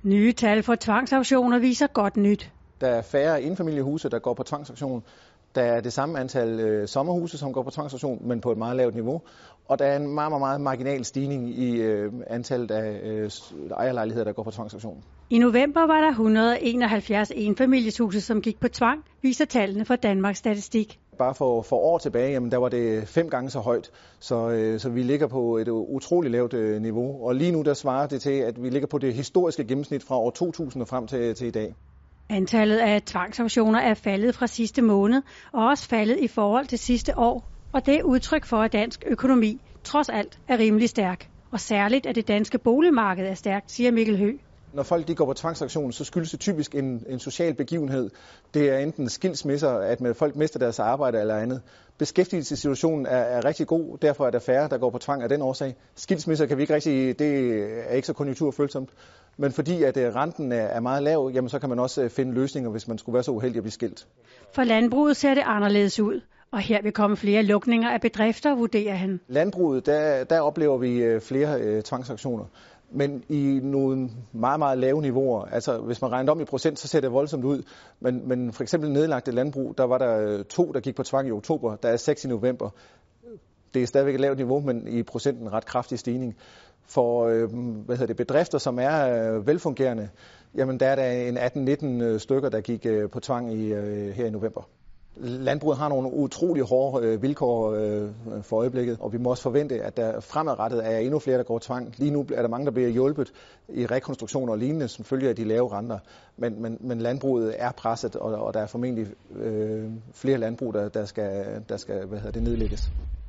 Nye tal for tvangsauktioner viser godt nyt. Der er færre enfamiliehuse, der går på tvangsauktion. Der er det samme antal sommerhuse, som går på tvangsauktion, men på et meget lavt niveau. Og der er en meget, meget marginal stigning i antallet af ejerlejligheder, der går på tvangsauktion. I november var der 171 enfamilieshuse, som gik på tvang, viser tallene fra Danmarks Statistik. Bare for år tilbage, jamen, der var det 5 gange så højt, så vi ligger på et utroligt lavt niveau. Og lige nu der svarer det til, at vi ligger på det historiske gennemsnit fra år 2000 og frem til i dag. Antallet af tvangsauktioner er faldet fra sidste måned, og også faldet i forhold til sidste år. Og det er udtryk for, at dansk økonomi trods alt er rimelig stærk. Og særligt, at det danske boligmarked er stærkt, siger Mikkel Høgh. Når folk går på tvangsauktion, så skyldes det typisk en social begivenhed. Det er enten skilsmisser, at folk mister deres arbejde eller andet. Beskæftigelsessituationen er rigtig god, derfor er der færre, der går på tvang af den årsag. Skilsmisser kan vi ikke rigtig, det er ikke så konjunkturfølsomt. Men fordi at renten er meget lav, jamen, så kan man også finde løsninger, hvis man skulle være så uheldig at blive skilt. For landbruget ser det anderledes ud. Og her vil komme flere lukninger af bedrifter, vurderer han. Landbruget, der oplever vi flere tvangsauktioner. Men i nogle meget, meget lave niveauer. Altså hvis man regner om i procent, så ser det voldsomt ud. Men for eksempel nedlagte landbrug, der var der 2, der gik på tvang i oktober. Der er 6 i november. Det er stadigvæk et lavt niveau, men i procenten en ret kraftig stigning. For bedrifter, som er velfungerende, jamen der er der en 18-19 stykker, der gik på tvang her i november. Landbruget har nogle utrolig hårde vilkår for øjeblikket, og vi må også forvente, at der fremadrettet er endnu flere, der går tvang. Lige nu er der mange, der bliver hjulpet i rekonstruktioner og lignende, som følger af de lave renter. Men landbruget er presset, og der er formentlig flere landbrug, der skal nedlægges.